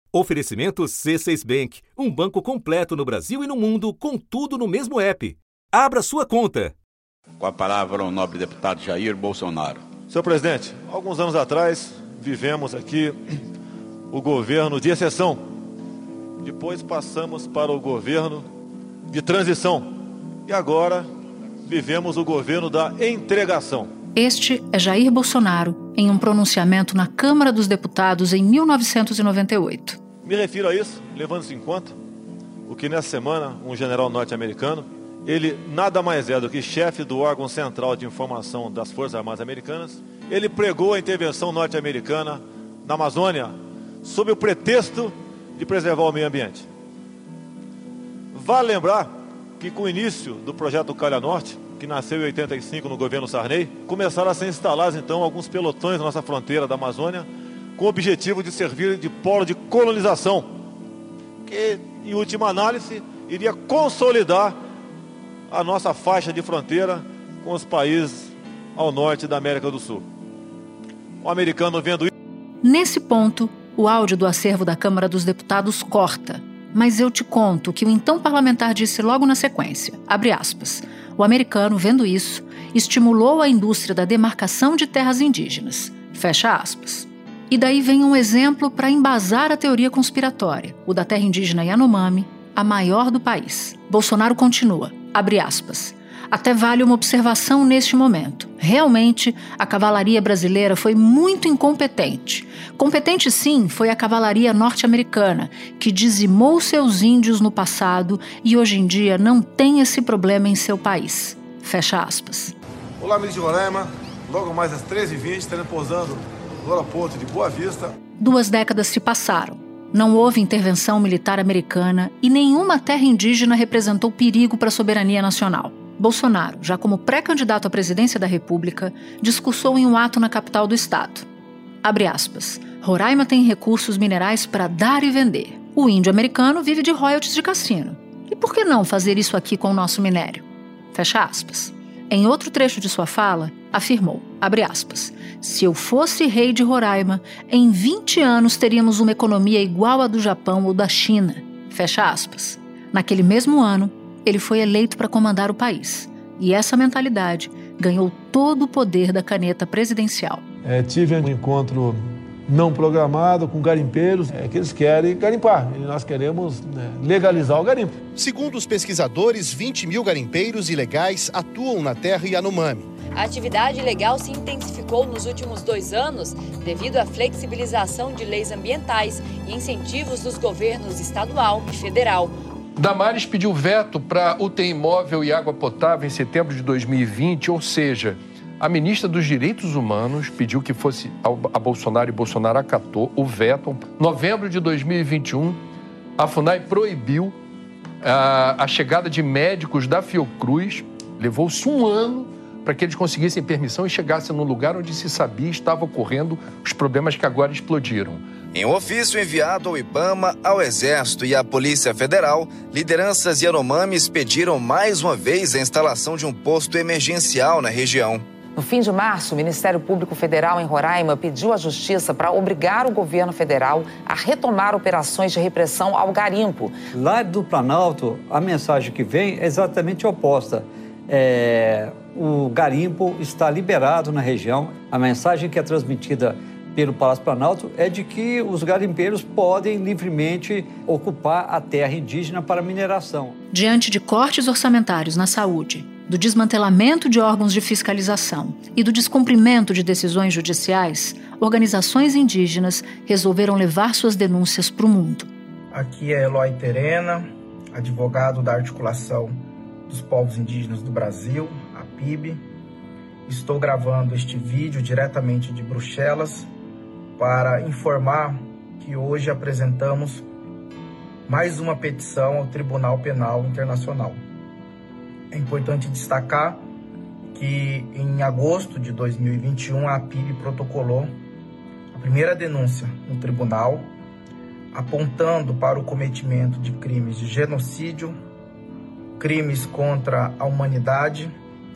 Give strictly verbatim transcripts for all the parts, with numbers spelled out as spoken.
Oferecimento C seis Bank, um banco completo no Brasil e no mundo, com tudo no mesmo app. Abra sua conta. Com a palavra o nobre deputado Jair Bolsonaro. Senhor presidente, alguns anos atrás vivemos aqui o governo de exceção. Depois passamos para o governo de transição. E agora vivemos o governo da entregação. Este é Jair Bolsonaro, em um pronunciamento na Câmara dos Deputados em mil novecentos e noventa e oito. Me refiro a isso, levando-se em conta o que nessa semana um general norte-americano, ele nada mais é do que chefe do órgão central de informação das Forças Armadas Americanas, ele pregou a intervenção norte-americana na Amazônia sob o pretexto de preservar o meio ambiente. Vale lembrar que com o início do projeto Calha Norte, que nasceu em oitenta e cinco no governo Sarney, começaram a ser instalados então alguns pelotões na nossa fronteira da Amazônia com o objetivo de servir de polo de colonização, que em última análise iria consolidar a nossa faixa de fronteira com os países ao norte da América do Sul. O americano vendo isso... Nesse ponto, o áudio do acervo da Câmara dos Deputados corta, mas eu te conto o que o então parlamentar disse logo na sequência, abre aspas. O americano, vendo isso, estimulou a indústria da demarcação de terras indígenas. Fecha aspas. E daí vem um exemplo para embasar a teoria conspiratória, o da terra indígena Yanomami, a maior do país. Bolsonaro continua, abre aspas. Até vale uma observação neste momento. Realmente, a cavalaria brasileira foi muito incompetente. Competente, sim, foi a cavalaria norte-americana, que dizimou seus índios no passado e hoje em dia não tem esse problema em seu país. Fecha aspas. Olá, amigos de Roraima. Logo mais às treze e vinte, estaremos pousando no aeroporto de Boa Vista. Duas décadas se passaram. Não houve intervenção militar americana e nenhuma terra indígena representou perigo para a soberania nacional. Bolsonaro, já como pré-candidato à presidência da República, discursou em um ato na capital do estado. Abre aspas. Roraima tem recursos minerais para dar e vender. O índio americano vive de royalties de cassino. E por que não fazer isso aqui com o nosso minério? Fecha aspas. Em outro trecho de sua fala, afirmou, abre aspas, se eu fosse rei de Roraima, em vinte anos teríamos uma economia igual à do Japão ou da China. Fecha aspas. Naquele mesmo ano, ele foi eleito para comandar o país. E essa mentalidade ganhou todo o poder da caneta presidencial. É, tive um encontro não programado com garimpeiros, é, que eles querem garimpar. E nós queremos né, legalizar o garimpo. Segundo os pesquisadores, vinte mil garimpeiros ilegais atuam na terra Yanomami. A atividade ilegal se intensificou nos últimos dois anos devido à flexibilização de leis ambientais e incentivos dos governos estadual e federal. Damares pediu veto para U T I móvel e água potável em setembro de dois mil e vinte, ou seja, a ministra dos Direitos Humanos pediu que fosse a Bolsonaro e Bolsonaro acatou o veto. Em novembro de dois mil e vinte e um, a FUNAI proibiu a, a chegada de médicos da Fiocruz. Levou-se um ano para que eles conseguissem permissão e chegassem no lugar onde se sabia estavam ocorrendo os problemas que agora explodiram. Em um ofício enviado ao IBAMA, ao Exército e à Polícia Federal, lideranças Yanomamis pediram mais uma vez a instalação de um posto emergencial na região. No fim de março, o Ministério Público Federal em Roraima pediu à Justiça para obrigar o governo federal a retomar operações de repressão ao garimpo. Lá do Planalto, a mensagem que vem é exatamente oposta. É, o garimpo está liberado na região. A mensagem que é transmitida pelo Palácio Planalto é de que os garimpeiros podem livremente ocupar a terra indígena para mineração. Diante de cortes orçamentários na saúde, do desmantelamento de órgãos de fiscalização e do descumprimento de decisões judiciais, organizações indígenas resolveram levar suas denúncias para o mundo. Aqui é Eloy Terena, advogado da Articulação dos Povos Indígenas do Brasil, a P I B. Estou gravando este vídeo diretamente de Bruxelas para informar que hoje apresentamos mais uma petição ao Tribunal Penal Internacional. É importante destacar que em agosto de dois mil e vinte e um a P I B protocolou a primeira denúncia no tribunal, apontando para o cometimento de crimes de genocídio, crimes contra a humanidade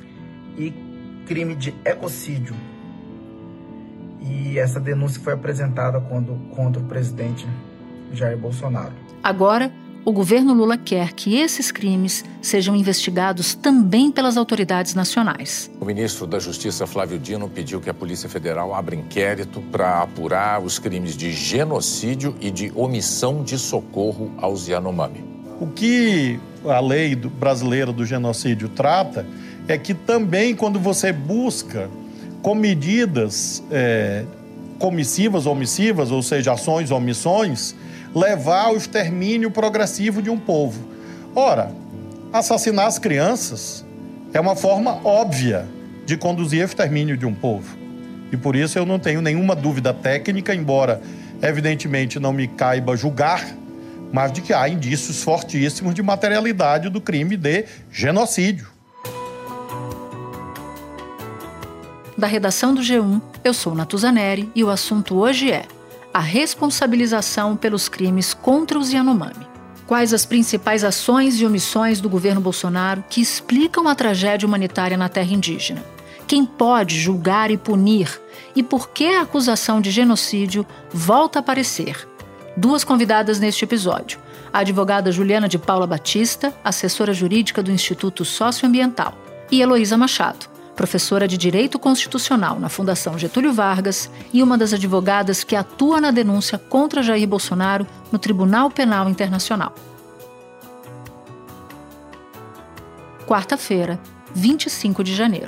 e crime de ecocídio. E essa denúncia foi apresentada quando, contra o presidente Jair Bolsonaro. Agora, o governo Lula quer que esses crimes sejam investigados também pelas autoridades nacionais. O ministro da Justiça, Flávio Dino, pediu que a Polícia Federal abra inquérito para apurar os crimes de genocídio e de omissão de socorro aos Yanomami. O que a lei brasileira do genocídio trata é que também quando você busca com medidas é, comissivas ou omissivas, ou seja, ações ou omissões, levar ao extermínio progressivo de um povo. Ora, assassinar as crianças é uma forma óbvia de conduzir ao extermínio de um povo. E por isso eu não tenho nenhuma dúvida técnica, embora evidentemente não me caiba julgar, mas de que há indícios fortíssimos de materialidade do crime de genocídio. Da redação do G um, eu sou Natuza Neri e o assunto hoje é a responsabilização pelos crimes contra os Yanomami. Quais as principais ações e omissões do governo Bolsonaro que explicam a tragédia humanitária na terra indígena? Quem pode julgar e punir? E por que a acusação de genocídio volta a aparecer? Duas convidadas neste episódio. A advogada Juliana de Paula Batista, assessora jurídica do Instituto Socioambiental, e Heloísa Machado, professora de Direito Constitucional na Fundação Getúlio Vargas e uma das advogadas que atua na denúncia contra Jair Bolsonaro no Tribunal Penal Internacional. Quarta-feira, vinte e cinco de janeiro.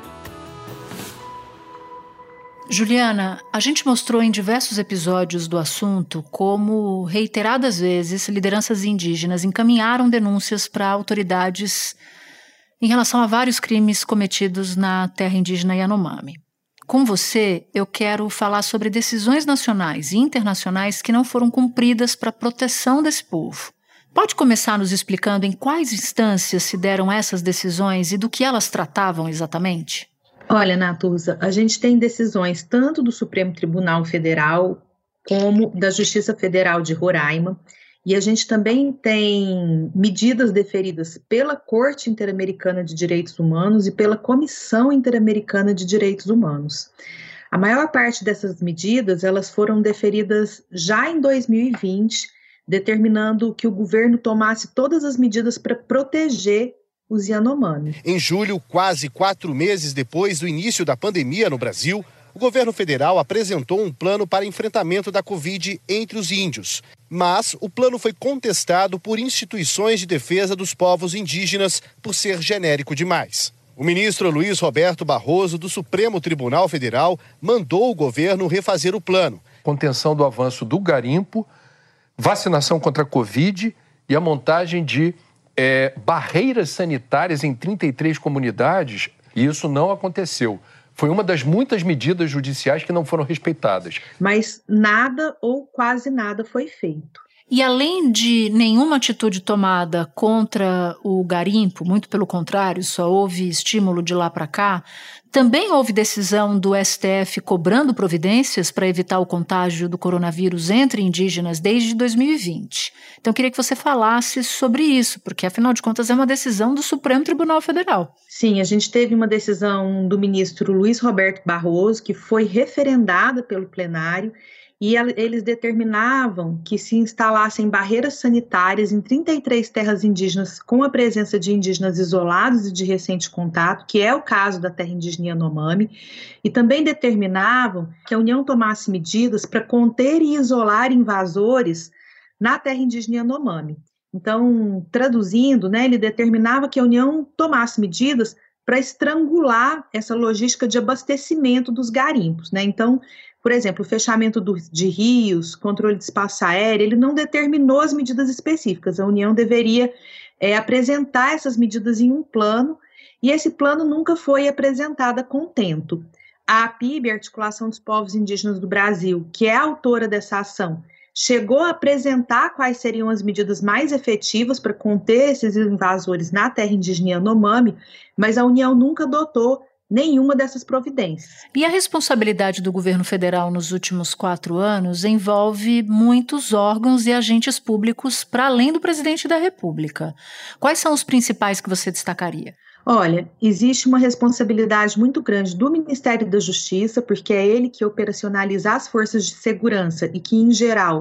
Juliana, a gente mostrou em diversos episódios do assunto como, reiteradas vezes, lideranças indígenas encaminharam denúncias para autoridades em relação a vários crimes cometidos na terra indígena Yanomami. Com você, eu quero falar sobre decisões nacionais e internacionais que não foram cumpridas para a proteção desse povo. Pode começar nos explicando em quais instâncias se deram essas decisões e do que elas tratavam exatamente? Olha, Natuza, a gente tem decisões tanto do Supremo Tribunal Federal como da Justiça Federal de Roraima, e a gente também tem medidas deferidas pela Corte Interamericana de Direitos Humanos e pela Comissão Interamericana de Direitos Humanos. A maior parte dessas medidas, elas foram deferidas já em dois mil e vinte, determinando que o governo tomasse todas as medidas para proteger os Yanomami. Em julho, quase quatro meses depois do início da pandemia no Brasil, o governo federal apresentou um plano para enfrentamento da Covid entre os índios. Mas o plano foi contestado por instituições de defesa dos povos indígenas por ser genérico demais. O ministro Luiz Roberto Barroso, do Supremo Tribunal Federal, mandou o governo refazer o plano. Contenção do avanço do garimpo, vacinação contra a Covid e a montagem de É, barreiras sanitárias em trinta e três comunidades, e isso não aconteceu. Foi uma das muitas medidas judiciais que não foram respeitadas. Mas nada ou quase nada foi feito. E além de nenhuma atitude tomada contra o garimpo, muito pelo contrário, só houve estímulo de lá para cá, também houve decisão do S T F cobrando providências para evitar o contágio do coronavírus entre indígenas desde dois mil e vinte. Então eu queria que você falasse sobre isso, porque afinal de contas é uma decisão do Supremo Tribunal Federal. Sim, a gente teve uma decisão do ministro Luiz Roberto Barroso, que foi referendada pelo plenário, e eles determinavam que se instalassem barreiras sanitárias em trinta e três terras indígenas com a presença de indígenas isolados e de recente contato, que é o caso da terra indígena Yanomami, e também determinavam que a União tomasse medidas para conter e isolar invasores na terra indígena Yanomami. Então, traduzindo, né, ele determinava que a União tomasse medidas para estrangular essa logística de abastecimento dos garimpos, né? Então, por exemplo, o fechamento do, de rios, controle de espaço aéreo, ele não determinou as medidas específicas. A União deveria é, apresentar essas medidas em um plano, e esse plano nunca foi apresentado a contento. A APIB, a Articulação dos Povos Indígenas do Brasil, que é a autora dessa ação, chegou a apresentar quais seriam as medidas mais efetivas para conter esses invasores na terra indígena Yanomami, mas a União nunca adotou nenhuma dessas providências. E a responsabilidade do governo federal nos últimos quatro anos envolve muitos órgãos e agentes públicos para além do presidente da República. Quais são os principais que você destacaria? Olha, existe uma responsabilidade muito grande do Ministério da Justiça, porque é ele que operacionaliza as forças de segurança e que, em geral,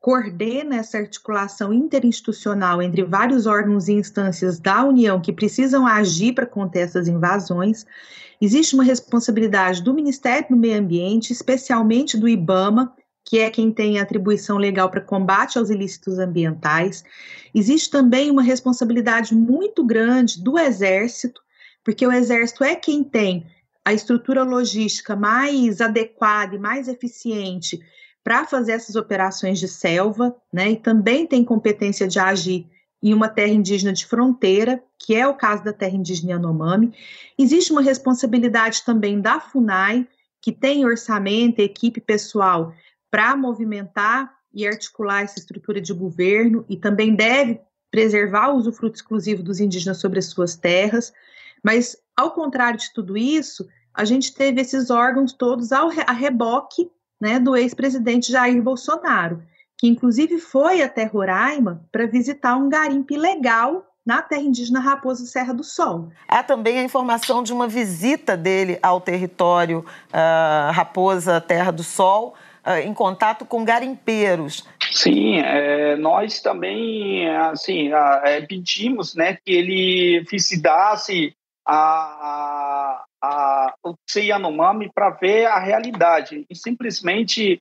coordena essa articulação interinstitucional entre vários órgãos e instâncias da União que precisam agir para conter essas invasões. Existe uma responsabilidade do Ministério do Meio Ambiente, especialmente do IBAMA, que é quem tem a atribuição legal para combate aos ilícitos ambientais. Existe também uma responsabilidade muito grande do Exército, porque o Exército é quem tem a estrutura logística mais adequada e mais eficiente para fazer essas operações de selva, né, e também tem competência de agir em uma terra indígena de fronteira, que é o caso da terra indígena Yanomami. Existe uma responsabilidade também da FUNAI, que tem orçamento, equipe pessoal para movimentar e articular essa estrutura de governo e também deve preservar o usufruto exclusivo dos indígenas sobre as suas terras. Mas, ao contrário de tudo isso, a gente teve esses órgãos todos ao re- a reboque, né, do ex-presidente Jair Bolsonaro, que inclusive foi até Roraima para visitar um garimpo ilegal na terra indígena Raposa Serra do Sol. Há também a informação de uma visita dele ao território uh, Raposa Terra do Sol, uh, em contato com garimpeiros. Sim, é, nós também assim, é, pedimos, né, que ele visitasse a, a, a, o Yanomami para ver a realidade e simplesmente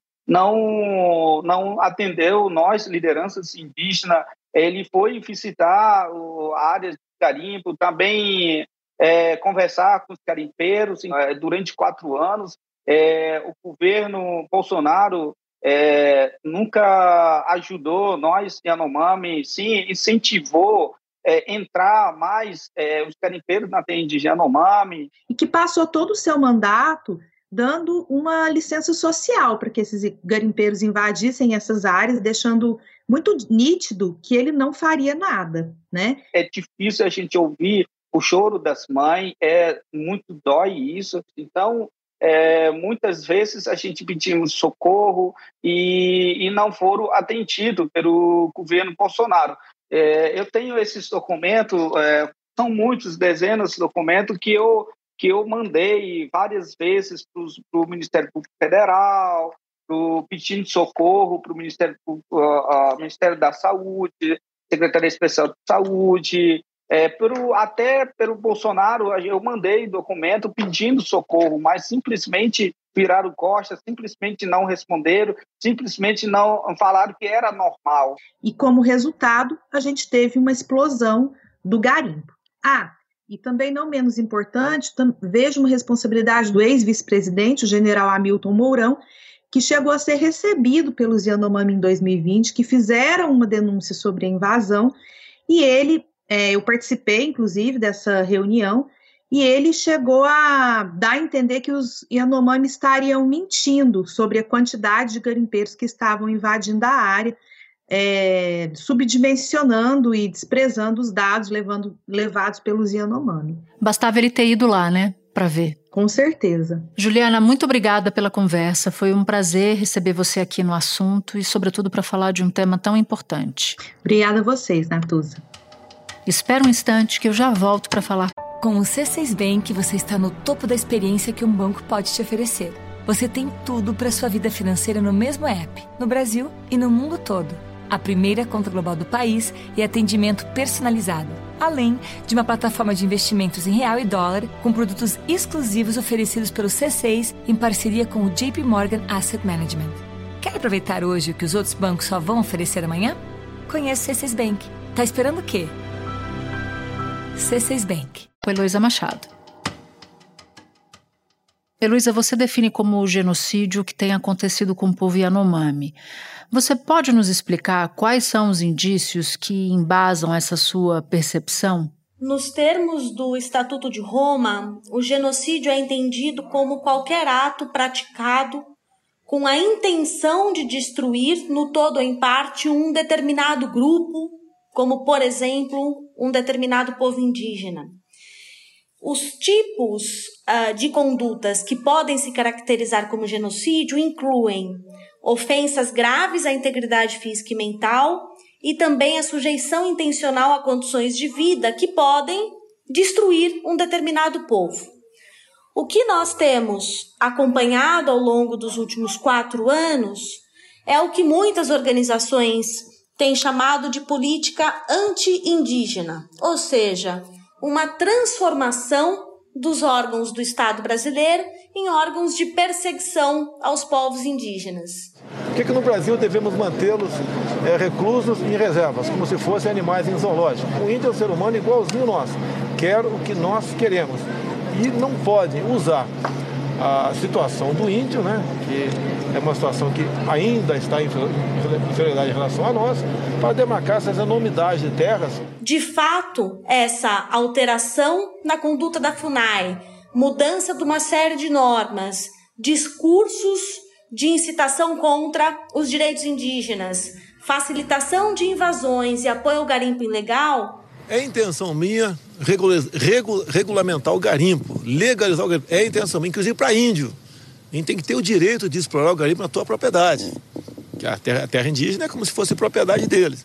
não, não atendeu nós, lideranças indígenas. Ele foi visitar o, a área de garimpo, também é, conversar com os garimpeiros é, durante quatro anos. É, o governo Bolsonaro é, nunca ajudou nós, Yanomami, sim, incentivou É, entrar mais é, os garimpeiros na terra indígena Yanomami. E que passou todo o seu mandato dando uma licença social para que esses garimpeiros invadissem essas áreas, deixando muito nítido que ele não faria nada, né? É difícil a gente ouvir o choro das mães, é muito dói isso. Então, é, muitas vezes a gente pedimos socorro e, e não foram atendidos pelo governo Bolsonaro. É, eu tenho esses documentos, é, são muitos, dezenas de documentos que eu, que eu mandei várias vezes para o Ministério Público Federal, pro, pedindo socorro para o Ministério, uh, uh, Ministério da Saúde, Secretaria Especial de Saúde, é, pro, até pelo Bolsonaro eu mandei documento pedindo socorro, mas simplesmente viraram costas, simplesmente não responderam, simplesmente não falaram que era normal. E como resultado, a gente teve uma explosão do garimpo. Ah, e também não menos importante, tam- vejo uma responsabilidade do ex-vice-presidente, o general Hamilton Mourão, que chegou a ser recebido pelos Yanomami em dois mil e vinte, que fizeram uma denúncia sobre a invasão, e ele, é, eu participei, inclusive, dessa reunião, e ele chegou a dar a entender que os Yanomami estariam mentindo sobre a quantidade de garimpeiros que estavam invadindo a área, é, subdimensionando e desprezando os dados levando, levados pelos Yanomami. Bastava ele ter ido lá, né, para ver. Com certeza. Juliana, muito obrigada pela conversa. Foi um prazer receber você aqui no assunto e, sobretudo, para falar de um tema tão importante. Obrigada a vocês, Natuza. Espera um instante que eu já volto para falar. Com o C seis Bank, você está no topo da experiência que um banco pode te oferecer. Você tem tudo para sua vida financeira no mesmo app, no Brasil e no mundo todo. A primeira conta global do país e atendimento personalizado. Além de uma plataforma de investimentos em real e dólar, com produtos exclusivos oferecidos pelo C seis em parceria com o J P Morgan Asset Management. Quer aproveitar hoje o que os outros bancos só vão oferecer amanhã? Conheça o C seis Bank. Tá esperando o quê? C seis Bank. Heloísa Machado. Heloísa, você define como genocídio o que tem acontecido com o povo Yanomami. Você pode nos explicar quais são os indícios que embasam essa sua percepção? Nos termos do Estatuto de Roma, o genocídio é entendido como qualquer ato praticado com a intenção de destruir, no todo ou em parte, um determinado grupo, como, por exemplo, um determinado povo indígena. Os tipos uh, de condutas que podem se caracterizar como genocídio incluem ofensas graves à integridade física e mental e também a sujeição intencional a condições de vida que podem destruir um determinado povo. O que nós temos acompanhado ao longo dos últimos quatro anos é o que muitas organizações têm chamado de política anti-indígena, ou seja, uma transformação dos órgãos do Estado brasileiro em órgãos de perseguição aos povos indígenas. Por que, que no Brasil devemos mantê-los é, reclusos em reservas, como se fossem animais em zoológico? O índio é um ser humano igualzinho nós, quer o que nós queremos. E não pode usar a situação do índio, né, que é uma situação que ainda está em inferioridade em relação a nós, para demarcar essas enormidades de terras. De fato, essa alteração na conduta da FUNAI, mudança de uma série de normas, discursos de incitação contra os direitos indígenas, facilitação de invasões e apoio ao garimpo ilegal. É intenção minha regula regula regulamentar o garimpo, legalizar o garimpo. É intenção minha, inclusive para índio. A gente tem que ter o direito de explorar o garimpo na tua propriedade. Que a terra, a terra indígena é como se fosse propriedade deles.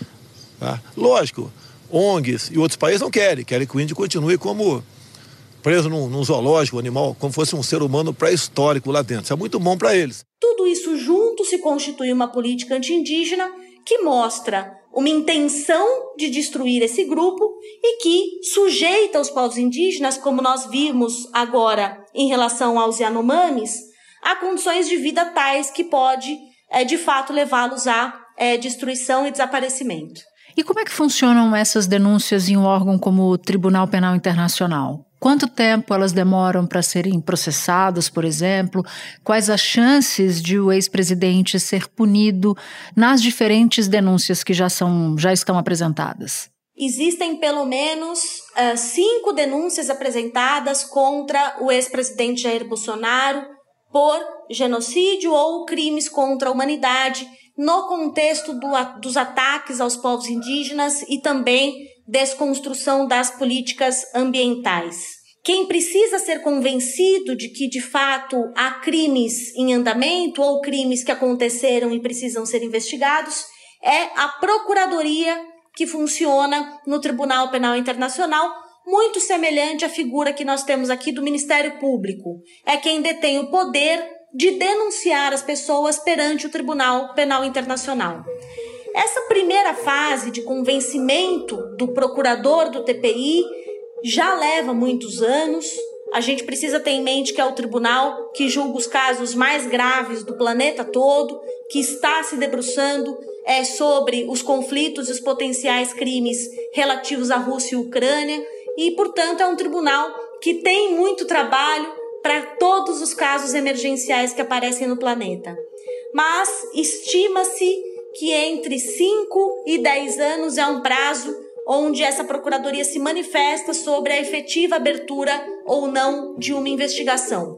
Tá? Lógico, O N Gs e outros países não querem. Querem que o índio continue como preso num, num zoológico, animal, como fosse um ser humano pré-histórico lá dentro. Isso é muito bom para eles. Tudo isso junto se constitui uma política anti-indígena que mostra uma intenção de destruir esse grupo e que sujeita os povos indígenas, como nós vimos agora em relação aos Yanomamis, a condições de vida tais que pode, é, de fato, levá-los à é, destruição e desaparecimento. E como é que funcionam essas denúncias em um órgão como o Tribunal Penal Internacional? Quanto tempo elas demoram para serem processadas, por exemplo? Quais as chances de o ex-presidente ser punido nas diferentes denúncias que já, são, já estão apresentadas? Existem pelo menos uh, cinco denúncias apresentadas contra o ex-presidente Jair Bolsonaro por genocídio ou crimes contra a humanidade no contexto do, dos ataques aos povos indígenas e também desconstrução das políticas ambientais. Quem precisa ser convencido de que, de fato, há crimes em andamento ou crimes que aconteceram e precisam ser investigados é a Procuradoria que funciona no Tribunal Penal Internacional, muito semelhante à figura que nós temos aqui do Ministério Público. É quem detém o poder de denunciar as pessoas perante o Tribunal Penal Internacional. Essa primeira fase de convencimento do procurador do T P I já leva muitos anos. A gente precisa ter em mente que é o tribunal que julga os casos mais graves do planeta todo, que está se debruçando é, sobre os conflitos e os potenciais crimes relativos à Rússia e Ucrânia e, portanto, é um tribunal que tem muito trabalho para todos os casos emergenciais que aparecem no planeta. Mas estima-se que entre cinco e dez anos é um prazo onde essa procuradoria se manifesta sobre a efetiva abertura ou não de uma investigação.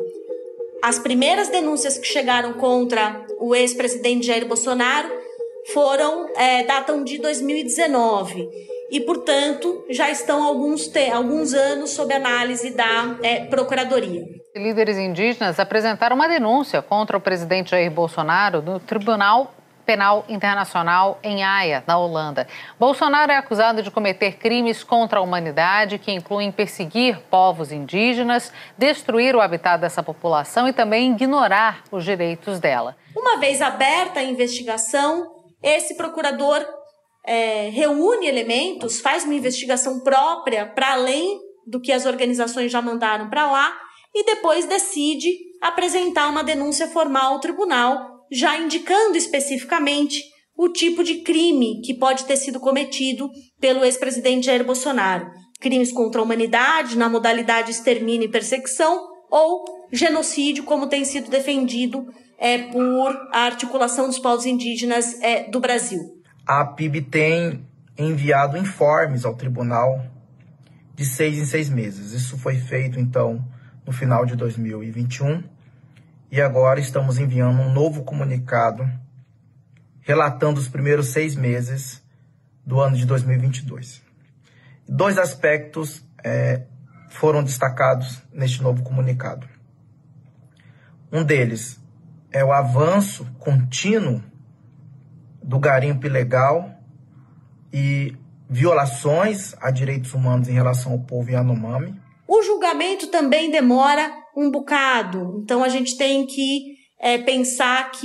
As primeiras denúncias que chegaram contra o ex-presidente Jair Bolsonaro foram, é, datam de dois mil e dezenove e, portanto, já estão alguns, te- alguns anos sob análise da é, procuradoria. Líderes indígenas apresentaram uma denúncia contra o presidente Jair Bolsonaro no Tribunal Penal Internacional em Haia, na Holanda. Bolsonaro é acusado de cometer crimes contra a humanidade que incluem perseguir povos indígenas, destruir o habitat dessa população e também ignorar os direitos dela. Uma vez aberta a investigação, esse procurador é, reúne elementos, faz uma investigação própria para além do que as organizações já mandaram para lá e depois decide apresentar uma denúncia formal ao tribunal, já indicando especificamente o tipo de crime que pode ter sido cometido pelo ex-presidente Jair Bolsonaro. Crimes contra a humanidade, na modalidade extermínio e perseguição, ou genocídio, como tem sido defendido é, por a articulação dos povos indígenas é, do Brasil. A P I B tem enviado informes ao tribunal de seis em seis meses. Isso foi feito, então, no final de dois mil e vinte e um. E agora estamos enviando um novo comunicado relatando os primeiros seis meses do ano de dois mil e vinte e dois. Dois aspectos é, foram destacados neste novo comunicado. Um deles é o avanço contínuo do garimpo ilegal e violações a direitos humanos em relação ao povo Yanomami. O julgamento também demora um bocado, então a gente tem que é, pensar que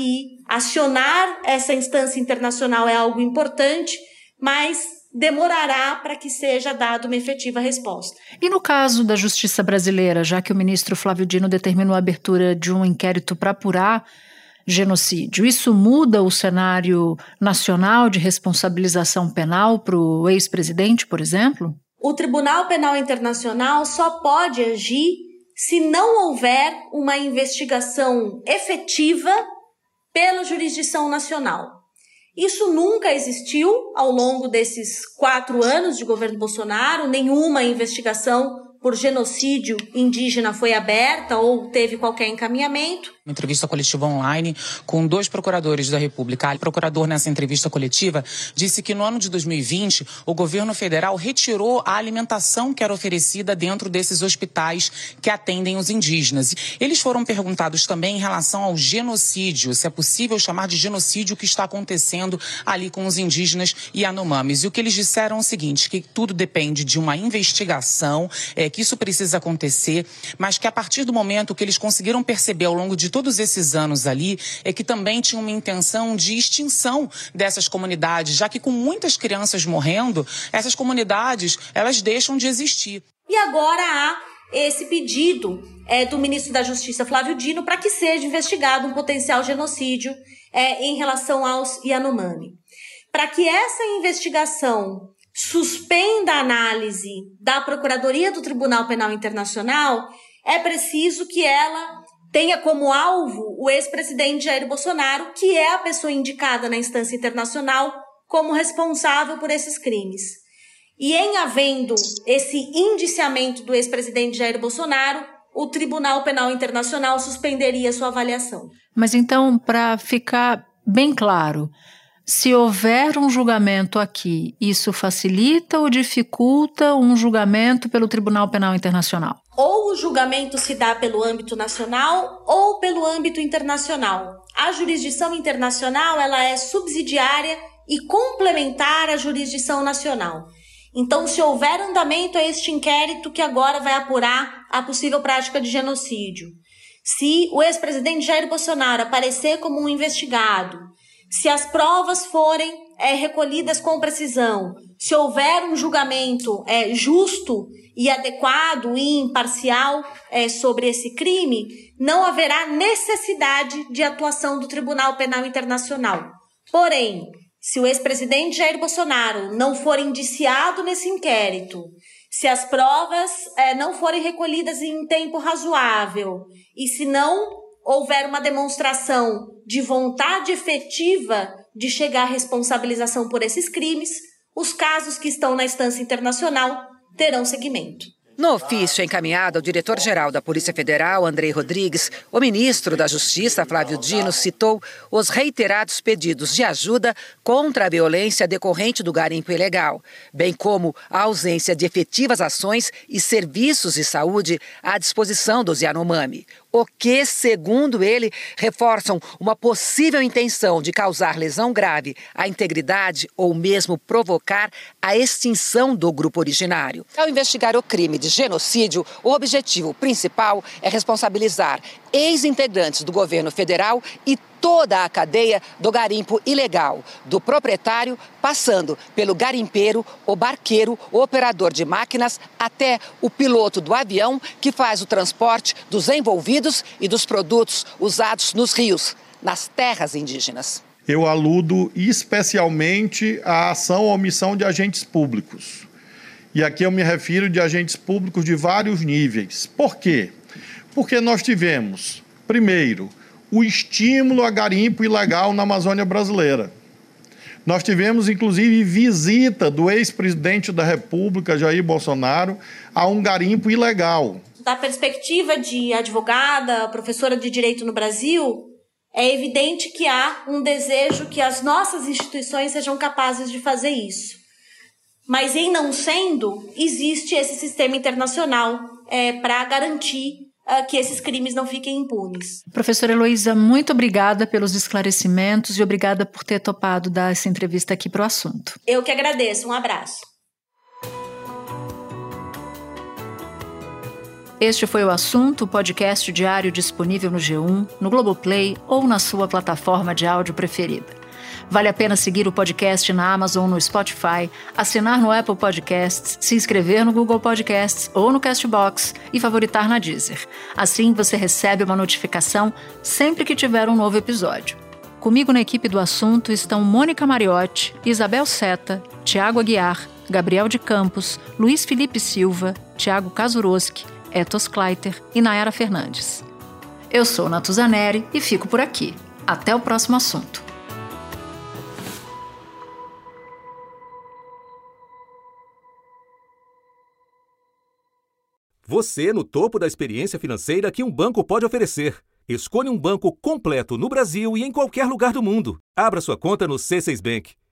acionar essa instância internacional é algo importante, mas demorará para que seja dada uma efetiva resposta. E no caso da justiça brasileira, já que o ministro Flávio Dino determinou a abertura de um inquérito para apurar genocídio, isso muda o cenário nacional de responsabilização penal para o ex-presidente, por exemplo? O Tribunal Penal Internacional só pode agir se não houver uma investigação efetiva pela jurisdição nacional. Isso nunca existiu ao longo desses quatro anos de governo Bolsonaro, nenhuma investigação por genocídio indígena foi aberta ou teve qualquer encaminhamento. Uma entrevista coletiva online com dois procuradores da República. O procurador, nessa entrevista coletiva, disse que no ano de dois mil e vinte, o governo federal retirou a alimentação que era oferecida dentro desses hospitais que atendem os indígenas. Eles foram perguntados também em relação ao genocídio, se é possível chamar de genocídio o que está acontecendo ali com os indígenas Yanomamis. E o que eles disseram é o seguinte, que tudo depende de uma investigação, é, que isso precisa acontecer, mas que a partir do momento que eles conseguiram perceber ao longo de todos esses anos ali, é que também tinha uma intenção de extinção dessas comunidades, já que com muitas crianças morrendo, essas comunidades, elas deixam de existir. E agora há esse pedido é, do ministro da Justiça, Flávio Dino, para que seja investigado um potencial genocídio é, em relação aos Yanomami. Para que essa investigação suspenda a análise da Procuradoria do Tribunal Penal Internacional, é preciso que ela tenha como alvo o ex-presidente Jair Bolsonaro, que é a pessoa indicada na instância internacional como responsável por esses crimes. E em havendo esse indiciamento do ex-presidente Jair Bolsonaro, o Tribunal Penal Internacional suspenderia sua avaliação. Mas então, para ficar bem claro, se houver um julgamento aqui, isso facilita ou dificulta um julgamento pelo Tribunal Penal Internacional? Ou o julgamento se dá pelo âmbito nacional ou pelo âmbito internacional. A jurisdição internacional ela é subsidiária e complementar à jurisdição nacional. Então, se houver andamento a este inquérito que agora vai apurar a possível prática de genocídio, se o ex-presidente Jair Bolsonaro aparecer como um investigado, se as provas forem é, recolhidas com precisão, se houver um julgamento é, justo e adequado e imparcial é, sobre esse crime, não haverá necessidade de atuação do Tribunal Penal Internacional. Porém, se o ex-presidente Jair Bolsonaro não for indiciado nesse inquérito, se as provas é, não forem recolhidas em tempo razoável e se não houver uma demonstração de vontade efetiva de chegar à responsabilização por esses crimes, os casos que estão na instância internacional terão seguimento. No ofício encaminhado ao diretor-geral da Polícia Federal, Andrei Rodrigues, o ministro da Justiça, Flávio Dino, citou os reiterados pedidos de ajuda contra a violência decorrente do garimpo ilegal, bem como a ausência de efetivas ações e serviços de saúde à disposição dos Yanomami, o que, segundo ele, reforçam uma possível intenção de causar lesão grave à integridade ou mesmo provocar a extinção do grupo originário. Ao investigar o crime de genocídio, o objetivo principal é responsabilizar ex-integrantes do governo federal e toda a cadeia do garimpo ilegal, do proprietário, passando pelo garimpeiro, o barqueiro, o operador de máquinas, até o piloto do avião que faz o transporte dos envolvidos e dos produtos usados nos rios, nas terras indígenas. Eu aludo especialmente à ação ou omissão de agentes públicos. E aqui eu me refiro de agentes públicos de vários níveis. Por quê? Porque nós tivemos, primeiro, o estímulo a garimpo ilegal na Amazônia brasileira. Nós tivemos, inclusive, visita do ex-presidente da República, Jair Bolsonaro, a um garimpo ilegal. Da perspectiva de advogada, professora de direito no Brasil, é evidente que há um desejo que as nossas instituições sejam capazes de fazer isso. Mas, em não sendo, existe esse sistema internacional é, para garantir que esses crimes não fiquem impunes. Professora Heloísa, muito obrigada pelos esclarecimentos e obrigada por ter topado dar essa entrevista aqui para o assunto. Eu que agradeço. Um abraço. Este foi o Assunto, podcast diário disponível no G um, no Globoplay ou na sua plataforma de áudio preferida. Vale a pena seguir o podcast na Amazon ou no Spotify, assinar no Apple Podcasts, se inscrever no Google Podcasts ou no Castbox e favoritar na Deezer. Assim você recebe uma notificação sempre que tiver um novo episódio. Comigo na equipe do Assunto estão Mônica Mariotti, Isabel Seta, Tiago Aguiar, Gabriel de Campos, Luiz Felipe Silva, Tiago Kazuroski, Etos Kleiter e Nayara Fernandes. Eu sou Natuzaneri e fico por aqui. Até o próximo assunto. Você no topo da experiência financeira que um banco pode oferecer. Escolha um banco completo no Brasil e em qualquer lugar do mundo. Abra sua conta no C seis Bank.